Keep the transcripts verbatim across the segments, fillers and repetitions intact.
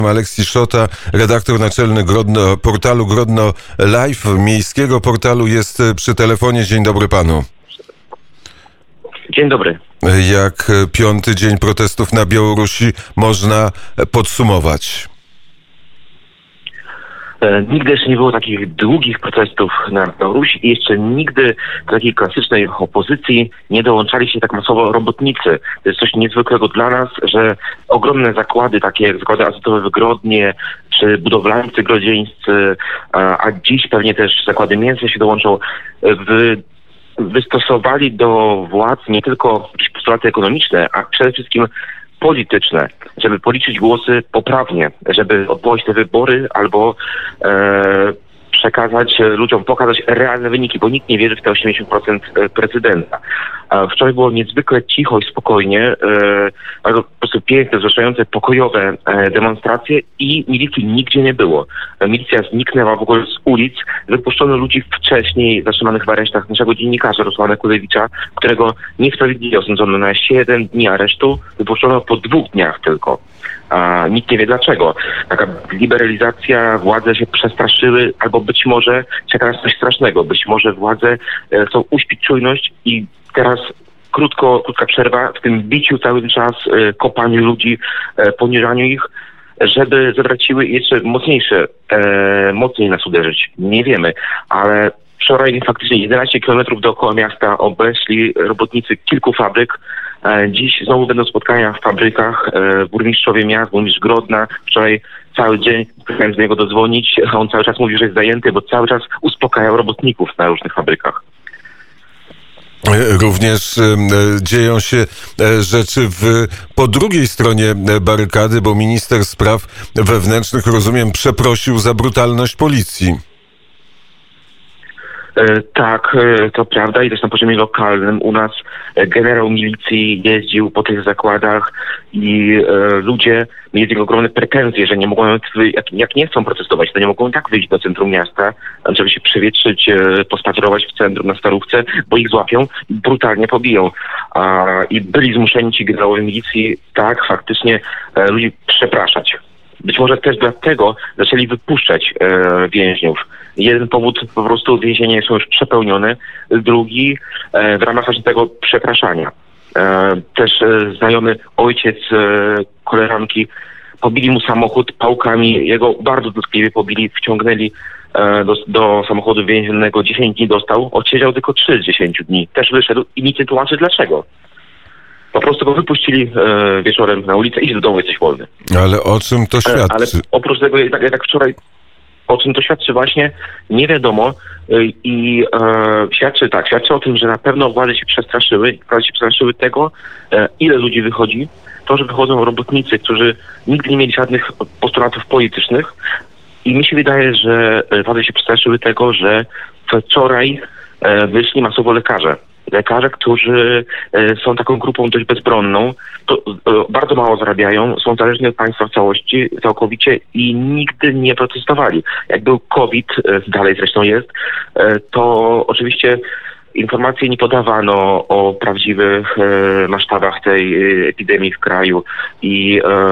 Aleksji Szota, redaktor naczelny Grodno, portalu Grodno Live, miejskiego portalu, jest przy telefonie. Dzień dobry panu. Dzień dobry. Jak piąty dzień protestów na Białorusi można podsumować? Nigdy jeszcze nie było takich długich protestów na Białorusi i jeszcze nigdy do takiej klasycznej opozycji nie dołączali się tak masowo robotnicy. To jest coś niezwykłego dla nas, że ogromne zakłady, takie jak zakłady azotowe w Grodnie, czy budowlańcy grodzieńscy, a dziś pewnie też zakłady mięsne się dołączą, w wystosowali do władz nie tylko jakieś postulaty ekonomiczne, a przede wszystkim polityczne, żeby policzyć głosy poprawnie, żeby odwołać te wybory albo e, przekazać ludziom, pokazać realne wyniki, bo nikt nie wierzy w te osiemdziesiąt procent prezydenta. A wczoraj było niezwykle cicho i spokojnie, e, bardzo po prostu piękne, wzruszające, pokojowe e, demonstracje i milicji nigdzie nie było. Milicja zniknęła w ogóle z ulic, wypuszczono ludzi wcześniej zatrzymanych w aresztach, naszego dziennikarza Rusłana Kulewicza, którego niesprawiedliwie osądzono na siedem dni aresztu, wypuszczono po dwóch dniach tylko. A nikt nie wie dlaczego. Taka liberalizacja, władze się przestraszyły, albo być może czeka nas coś strasznego. Być może władze e, chcą uśpić czujność i teraz krótko, krótka przerwa w tym biciu cały czas, e, kopaniu ludzi, e, poniżaniu ich, żeby zabrać siły i jeszcze mocniejsze, e, mocniej nas uderzyć. Nie wiemy, ale wczoraj faktycznie jedenaście kilometrów dookoła miasta obeszli robotnicy kilku fabryk. Dziś znowu będą spotkania w fabrykach, burmistrzowie miast, burmistrz Grodna. Wczoraj cały dzień próbowałem z niego dodzwonić, a on cały czas mówi, że jest zajęty, bo cały czas uspokajał robotników na różnych fabrykach. Również e, dzieją się e, rzeczy w, po drugiej stronie barykady, bo minister spraw wewnętrznych, rozumiem, przeprosił za brutalność policji. Tak, to prawda i też na poziomie lokalnym u nas generał milicji jeździł po tych zakładach i e, ludzie mieli ogromne pretensje, że nie mogą, jak, jak nie chcą protestować, to nie mogą tak wyjść do centrum miasta, żeby się przewietrzyć, e, pospacerować w centrum na Starówce, bo ich złapią i brutalnie pobiją. A, I byli zmuszeni ci generałowie milicji, tak, faktycznie e, ludzi przepraszać. Być może też dlatego zaczęli wypuszczać e, więźniów. Jeden powód, po prostu więzienia są już przepełnione, drugi e, w ramach właśnie tego przepraszania. E, też e, znajomy ojciec e, koleżanki, pobili mu samochód pałkami, jego bardzo dotkliwie pobili, wciągnęli e, do, do samochodu więziennego, dziesięć dni dostał, odsiedział tylko trzy z dziesięciu dni. Też wyszedł i nic nie tłumaczy dlaczego. Po prostu go wypuścili e, wieczorem na ulicę, idź do domu, jesteś wolny. Ale o czym to świadczy? Ale oprócz tego, jak, jak wczoraj, o czym to świadczy właśnie, nie wiadomo i, i e, świadczy tak, świadczy o tym, że na pewno władze się przestraszyły, władze się przestraszyły tego, e, ile ludzi wychodzi, to, że wychodzą robotnicy, którzy nigdy nie mieli żadnych postulatów politycznych i mi się wydaje, że władze się przestraszyły tego, że wczoraj e, wyszli masowo lekarze. Lekarze, którzy e, są taką grupą dość bezbronną, to e, bardzo mało zarabiają, są zależni od państwa w całości, całkowicie i nigdy nie protestowali. Jak był COVID, e, dalej zresztą jest, e, to oczywiście informacji nie podawano o prawdziwych e, masztabach tej e, epidemii w kraju i e,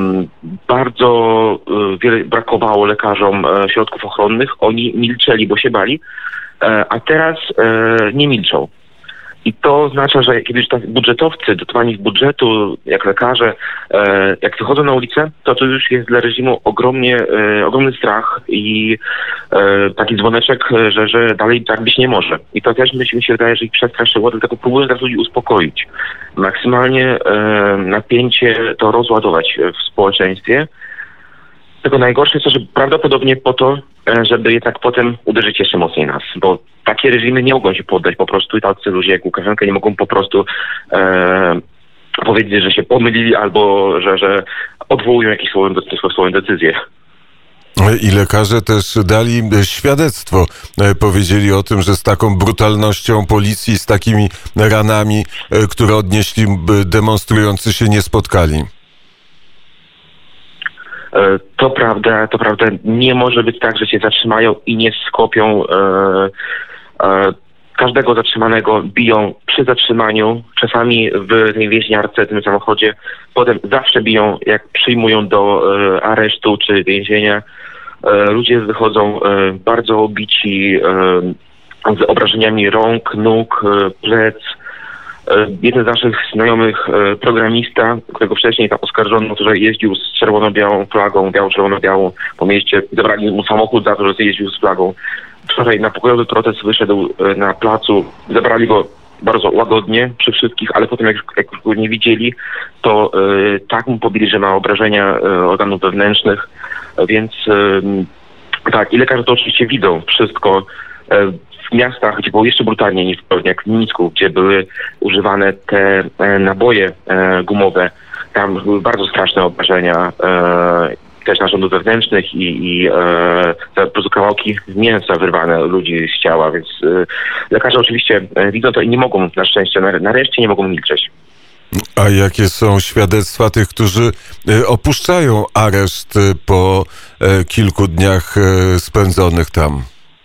bardzo e, wiele brakowało lekarzom e, środków ochronnych. Oni milczeli, bo się bali, e, a teraz e, nie milczą. I to oznacza, że kiedy już tak budżetowcy, dotowani z budżetu, jak lekarze, e, jak wychodzą na ulicę, to to już jest dla reżimu ogromnie, e, ogromny strach i e, taki dzwoneczek, że, że dalej tak być nie może. I to też mi się wydaje, że ich przestraszyło, dlatego próbują teraz ludzi uspokoić. Maksymalnie e, napięcie to rozładować w społeczeństwie. Tego najgorsze jest to, że prawdopodobnie po to, żeby jednak potem uderzyć jeszcze mocniej nas, bo takie reżimy nie mogą się poddać po prostu i tacy ludzie jak Łukaszenka nie mogą po prostu e, powiedzieć, że się pomylili albo że, że odwołują jakąś swoją, swoją decyzję. I lekarze też dali świadectwo. Powiedzieli o tym, że z taką brutalnością policji, z takimi ranami, które odnieśli demonstrujący, się nie spotkali. To prawda, to prawda. Nie może być tak, że się zatrzymają i nie skopią e, e, każdego zatrzymanego biją przy zatrzymaniu, czasami w tej więźniarce, w tym samochodzie. Potem zawsze biją, jak przyjmują do e, aresztu czy więzienia. E, ludzie wychodzą e, bardzo obici, e, z obrażeniami rąk, nóg, e, plec. E, jeden z naszych znajomych, e, programista, którego wcześniej tam oskarżono, że jeździł z czerwono-białą flagą, biało-czerwono-białą po mieście, zabrali mu samochód za to, że jeździł z flagą. Wczoraj na pokojowy protest wyszedł na placu, zabrali go bardzo łagodnie przy wszystkich, ale potem jak, jak go nie widzieli, to y, tak mu pobili, że ma obrażenia y, organów wewnętrznych, więc y, tak, i lekarze to oczywiście widzą wszystko. Y, w miastach, gdzie było jeszcze brutalniej niż jak w Mińsku, gdzie były używane te y, naboje y, gumowe, tam były bardzo straszne obrażenia, y, też narządów wewnętrznych i, i e, po prostu kawałki mięsa wyrwane ludzi z ciała, więc e, lekarze oczywiście e, widzą to i nie mogą, na szczęście, na, nareszcie nie mogą milczeć. A jakie są świadectwa tych, którzy e, opuszczają areszt e, po e, kilku dniach e, spędzonych tam?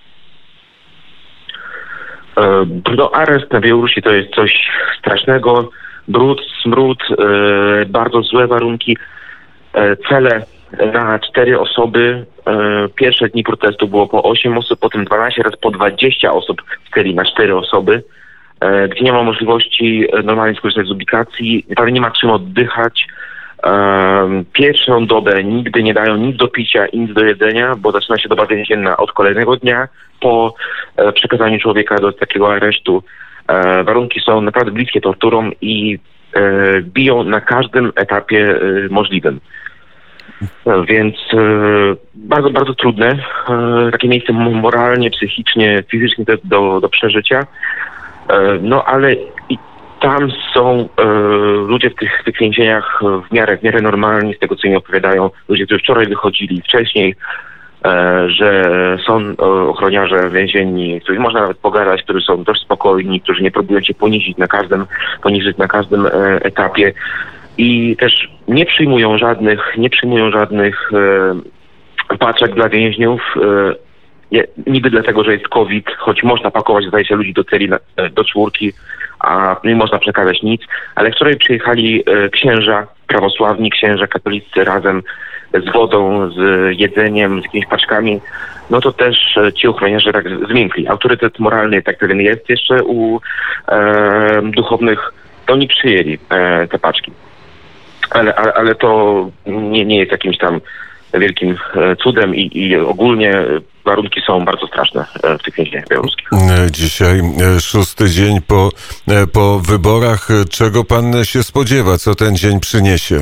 E, no, areszt na Białorusi to jest coś strasznego. Brud, smród, e, bardzo złe warunki, e, cele na cztery osoby. Pierwsze dni protestu było po osiem osób, potem dwanaście, raz po dwadzieścia osób w celi na cztery osoby, gdzie nie ma możliwości normalnie skorzystać z ubikacji, prawie nie ma czym oddychać. Pierwszą dobę nigdy nie dają nic do picia i nic do jedzenia, bo zaczyna się doba więzienna od kolejnego dnia po przekazaniu człowieka do takiego aresztu. Warunki są naprawdę bliskie torturom i biją na każdym etapie możliwym. Więc e, bardzo, bardzo trudne. E, takie miejsce moralnie, psychicznie, fizycznie do, do, do przeżycia. E, no ale i tam są e, ludzie w tych, tych więzieniach w miarę, w miarę normalni, z tego co mi opowiadają. Ludzie, którzy wczoraj wychodzili, wcześniej, e, że są ochroniarze więzienni, z którymi można nawet pogadać, którzy są dość spokojni, którzy nie próbują cię poniżyć na każdym, poniżyć na każdym e, etapie. I też nie przyjmują żadnych, nie przyjmują żadnych e, paczek dla więźniów, e, niby dlatego, że jest COVID, choć można pakować, zdaje się, ludzi do celi, na, do czwórki, a nie można przekazać nic. Ale wczoraj przyjechali e, księża, prawosławni księża katolicy razem z wodą, z jedzeniem, z jakimiś paczkami. No to też e, ci ochroniarze tak zmiękli. Autorytet moralny tak pewien jest jeszcze u e, duchownych, to oni przyjęli e, te paczki. Ale, ale, ale to nie, nie jest jakimś tam wielkim cudem i, i ogólnie warunki są bardzo straszne w tych więzieniach białoruskich. Dzisiaj szósty dzień po, po wyborach. Czego pan się spodziewa? Co ten dzień przyniesie?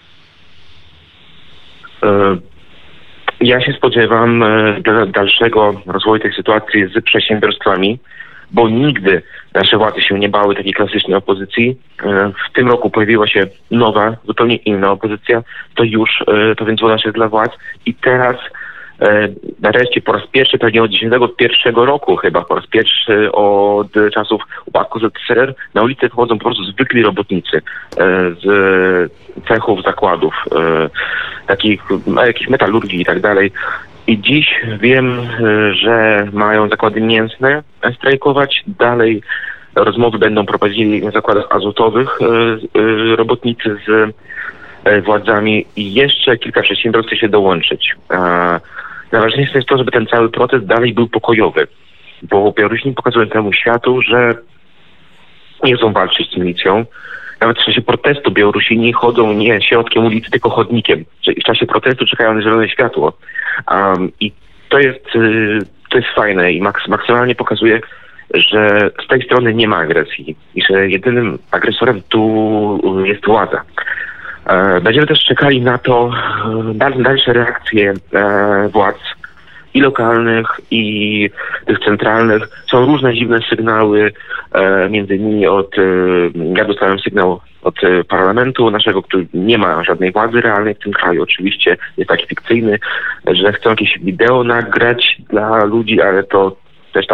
Ja się spodziewam dalszego rozwoju tej sytuacji z przedsiębiorstwami, bo nigdy nasze władze się nie bały takiej klasycznej opozycji. W tym roku pojawiła się nowa, zupełnie inna opozycja. To już, to więc władza jest dla władz. I teraz nareszcie po raz pierwszy, pewnie od dziewięćdziesiątego pierwszego roku chyba, po raz pierwszy od czasów upadku Z S R R, na ulicę wchodzą po prostu zwykli robotnicy z cechów, zakładów, takich, jakichś metalurgii i tak dalej. I dziś wiem, że mają zakłady mięsne strajkować. Dalej rozmowy będą prowadzili na zakładach azotowych robotnicy z władzami i jeszcze kilka przedsiębiorstw chce się dołączyć. Najważniejsze jest to, żeby ten cały protest dalej był pokojowy, bo Białorusini pokazują temu światu, że nie chcą walczyć z milicją. Nawet w czasie protestu Białorusini chodzą nie środkiem ulicy, tylko chodnikiem. W czasie protestu czekają na zielone światło. Um, I to jest, to jest fajne i maks- maksymalnie pokazuje, że z tej strony nie ma agresji i że jedynym agresorem tu jest władza. Będziemy też czekali na to dalsze reakcje władz i lokalnych, i tych centralnych. Są różne dziwne sygnały, między innymi od, ja dostałem sygnał od parlamentu naszego, który nie ma żadnej władzy realnej w tym kraju, oczywiście jest taki fikcyjny, że chcą jakieś wideo nagrać dla ludzi, ale to też taki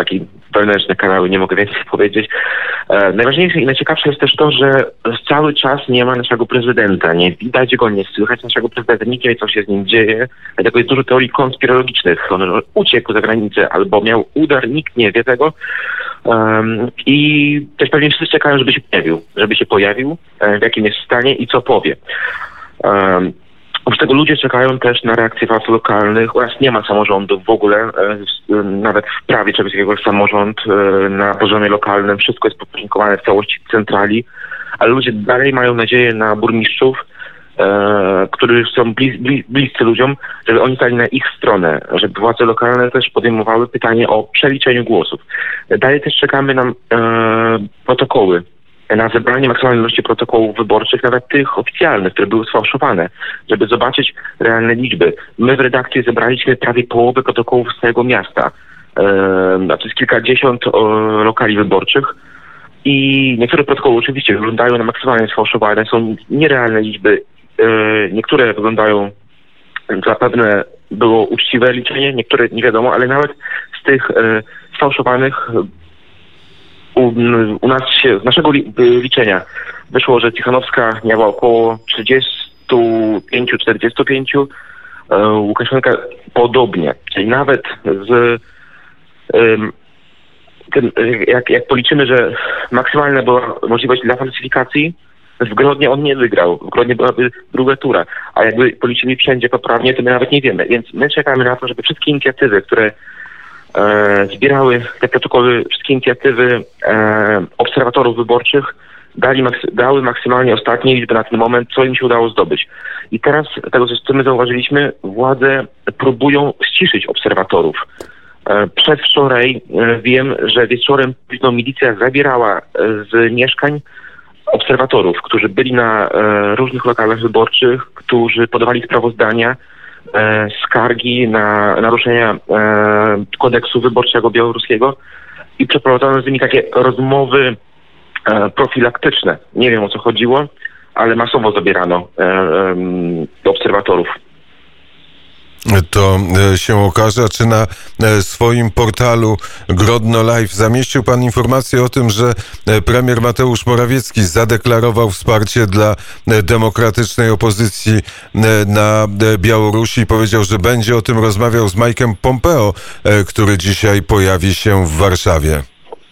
wewnętrzne kanały, nie mogę więcej powiedzieć. E, najważniejsze i najciekawsze jest też to, że cały czas nie ma naszego prezydenta, nie widać go, nie słychać naszego prezydenta, nikt nie wie, co się z nim dzieje. Dlatego jest dużo teorii konspirologicznych. On uciekł za granicę albo miał udar, nikt nie wie tego. Um, I też pewnie wszyscy czekają, żeby się pojawił, żeby się pojawił, e, w jakim jest stanie i co powie. Um, Oprócz tego ludzie czekają też na reakcję władz lokalnych oraz nie ma samorządów w ogóle, nawet w prawie czegoś takiego jak samorząd na poziomie lokalnym. Wszystko jest podporządkowane w całości centrali, ale ludzie dalej mają nadzieję na burmistrzów, którzy są blis, blis, bliscy ludziom, żeby oni stali na ich stronę, żeby władze lokalne też podejmowały pytanie o przeliczeniu głosów. Dalej też czekamy na e, protokoły, na zebranie maksymalnej ilości protokołów wyborczych, nawet tych oficjalnych, które były sfałszowane, żeby zobaczyć realne liczby. My w redakcji zebraliśmy prawie połowę protokołów z całego miasta. E, to jest kilkadziesiąt o, lokali wyborczych i niektóre protokoły oczywiście wyglądają na maksymalnie sfałszowane, są nierealne liczby. E, niektóre wyglądają, zapewne było uczciwe liczenie, niektóre nie wiadomo, ale nawet z tych e, sfałszowanych U, u nas się, z naszego li, liczenia wyszło, że Cichanowska miała około trzydzieści pięć czterdzieści pięć, e, Łukaszenka podobnie. Czyli nawet z um, tym, jak, jak policzymy, że maksymalna była możliwość dla falsyfikacji, w Grodnie on nie wygrał. W Grodnie byłaby druga tura. A jakby policzyli wszędzie poprawnie, to my nawet nie wiemy. Więc my czekamy na to, żeby wszystkie inicjatywy, które E, zbierały te protokoły, wszystkie inicjatywy e, obserwatorów wyborczych dali, maksy, dały maksymalnie ostatnie liczby na ten moment, co im się udało zdobyć. I teraz, tego co my zauważyliśmy, władze próbują ściszyć obserwatorów. E, przedwczoraj e, wiem, że wieczorem no, milicja zabierała e, z mieszkań obserwatorów, którzy byli na e, różnych lokalach wyborczych, którzy podawali sprawozdania, E, skargi na naruszenia e, kodeksu wyborczego białoruskiego i przeprowadzono z nimi takie rozmowy e, profilaktyczne. Nie wiem, o co chodziło, ale masowo zabierano e, e, obserwatorów. To się okaże. Czy na swoim portalu Grodno Live zamieścił pan informację o tym, że premier Mateusz Morawiecki zadeklarował wsparcie dla demokratycznej opozycji na Białorusi i powiedział, że będzie o tym rozmawiał z Mike'em Pompeo, który dzisiaj pojawi się w Warszawie?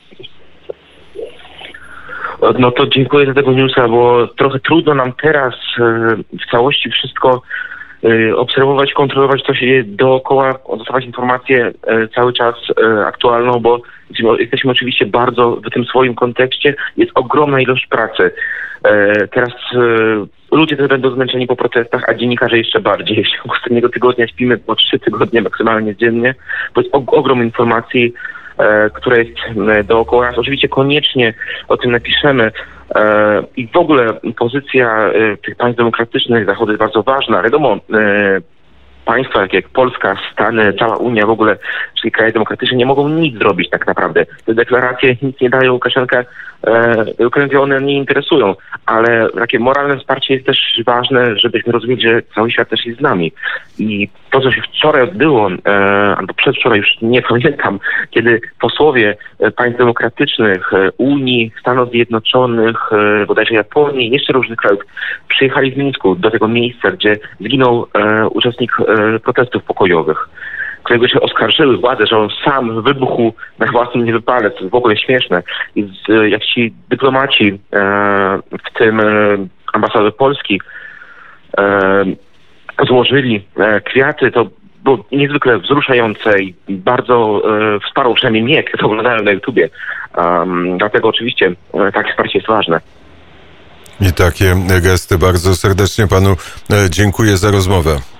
No to dziękuję za tego newsa, bo trochę trudno nam teraz w całości wszystko obserwować, kontrolować, co się dzieje dookoła, dostawać informację cały czas aktualną, bo jesteśmy oczywiście bardzo w tym swoim kontekście. Jest ogromna ilość pracy. Teraz ludzie też będą zmęczeni po protestach, a dziennikarze jeszcze bardziej. W ostatniego tygodnia śpimy po trzy tygodnie maksymalnie dziennie, bo jest ogrom informacji, która jest dookoła nas. Oczywiście koniecznie o tym napiszemy. I w ogóle pozycja tych państw demokratycznych Zachodu jest bardzo ważna. Wiadomo, państwa jak, jak Polska, Stany, cała Unia w ogóle, czyli kraje demokratyczne nie mogą nic zrobić tak naprawdę. Te deklaracje nic nie dają Łukaszenkę, e, Ukraińcy one nie interesują, ale takie moralne wsparcie jest też ważne, żebyśmy rozumieli, że cały świat też jest z nami. I to, co się wczoraj odbyło, e, albo przedwczoraj, już nie pamiętam, kiedy posłowie państw demokratycznych, Unii, Stanów Zjednoczonych, e, bodajże Japonii, jeszcze różnych krajów, przyjechali z Mińsku do tego miejsca, gdzie zginął e, uczestnik e, protestów pokojowych, którego się oskarżyły władze, że on sam wybuchł na własnym niewypale, co jest w ogóle śmieszne. I z, jak ci dyplomaci, e, w tym e, ambasady Polski, e, złożyli e, kwiaty, to było niezwykle wzruszające i bardzo e, wsparło przynajmniej mnie, jak to oglądałem na YouTubie. Um, dlatego oczywiście e, takie wsparcie jest ważne. I takie gesty. Bardzo serdecznie panu e, dziękuję za rozmowę.